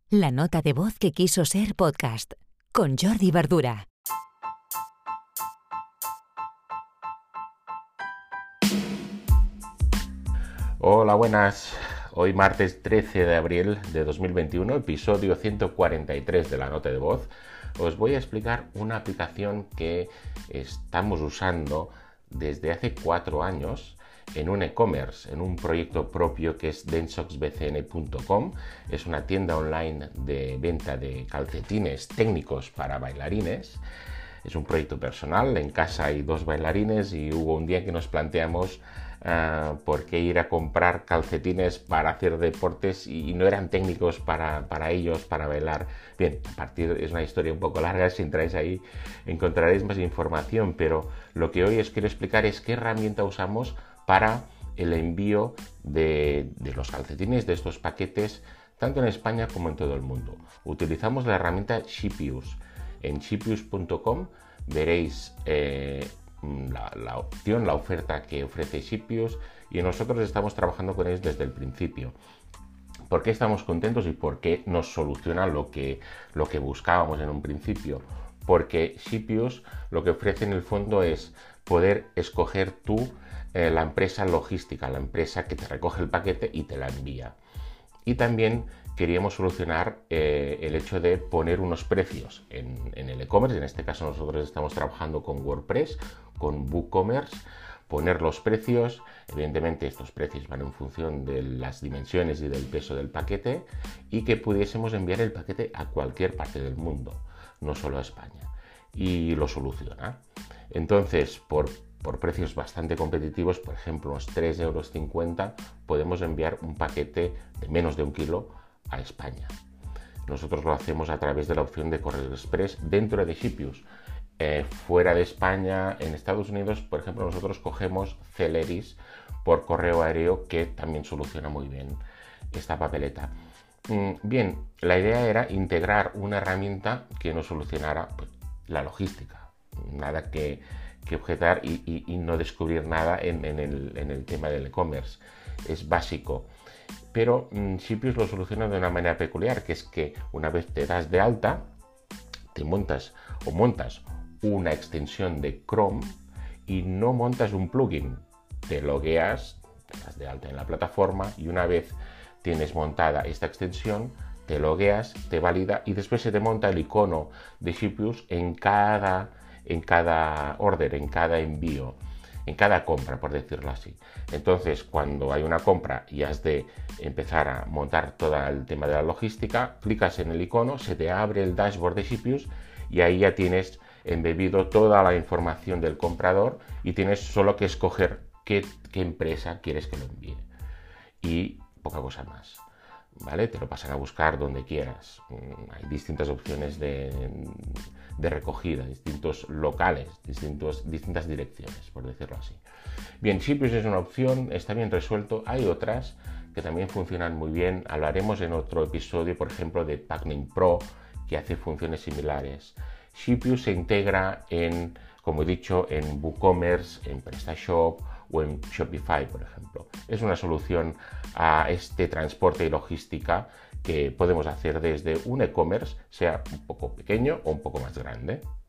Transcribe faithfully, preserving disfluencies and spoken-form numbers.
La nota de voz que quiso ser podcast, con Jordi Verdura. Hola, buenas. Hoy martes trece de abril de dos mil veintiuno, episodio ciento cuarenta y tres de la nota de voz, os voy a explicar una aplicación que estamos usando desde hace cuatro años en un e-commerce, en un proyecto propio que es densox b c n punto com. Es una tienda online de venta de calcetines técnicos para bailarines. Es un proyecto personal, en casa hay dos bailarines y hubo un día que nos planteamos uh, por qué ir a comprar calcetines para hacer deportes y no eran técnicos para, para ellos, para bailar. Bien, a partir, es una historia un poco larga, si entráis ahí encontraréis más información, pero lo que hoy os quiero explicar es qué herramienta usamos para el envío de, de los calcetines, de estos paquetes, tanto en España como en todo el mundo. Utilizamos la herramienta Shipius. En shipius punto com veréis eh, la, la opción, la oferta que ofrece Shipius, y nosotros estamos trabajando con ellos desde el principio. ¿Por qué estamos contentos y por qué nos soluciona lo que, lo que buscábamos en un principio? Porque Shipius lo que ofrece en el fondo es poder escoger tú eh, la empresa logística, la empresa que te recoge el paquete y te la envía. Y también queríamos solucionar eh, el hecho de poner unos precios en, en el e-commerce. En este caso nosotros estamos trabajando con WordPress, con WooCommerce, poner los precios. Evidentemente estos precios van en función de las dimensiones y del peso del paquete, y que pudiésemos enviar el paquete a cualquier parte del mundo, no solo a España. Y lo soluciona. Entonces, por Por precios bastante competitivos, por ejemplo, unos tres euros cincuenta, podemos enviar un paquete de menos de un kilo a España. Nosotros lo hacemos a través de la opción de Correo Express dentro de Shipius. Eh, fuera de España, en Estados Unidos, por ejemplo, nosotros cogemos Celeris por correo aéreo, que también soluciona muy bien esta papeleta. Bien, la idea era integrar una herramienta que nos solucionara pues, la logística. Nada que que objetar y, y, y no descubrir nada en, en, el, en el tema del e-commerce. Es básico. Pero mmm, Shipius lo soluciona de una manera peculiar, que es que una vez te das de alta, te montas o montas una extensión de Chrome y no montas un plugin. Te logueas, te das de alta en la plataforma, y una vez tienes montada esta extensión, te logueas, te valida y después se te monta el icono de Shipius en cada en cada order, en cada envío, en cada compra, por decirlo así. Entonces, cuando hay una compra y has de empezar a montar todo el tema de la logística, clicas en el icono, se te abre el dashboard de Shipius y ahí ya tienes embebido toda la información del comprador y tienes solo que escoger qué, qué empresa quieres que lo envíe. Y poca cosa más. ¿Vale? Te lo pasan a buscar donde quieras. Hay distintas opciones de, de recogida, distintos locales, distintos, distintas direcciones, por decirlo así. Bien, Shipius es una opción, está bien resuelto. Hay otras que también funcionan muy bien. Hablaremos en otro episodio, por ejemplo, de Packname Pro, que hace funciones similares. Shipius se integra en, como he dicho, en WooCommerce, en PrestaShop o en Shopify, por ejemplo. Es una solución a este transporte y logística que podemos hacer desde un e-commerce, sea un poco pequeño o un poco más grande.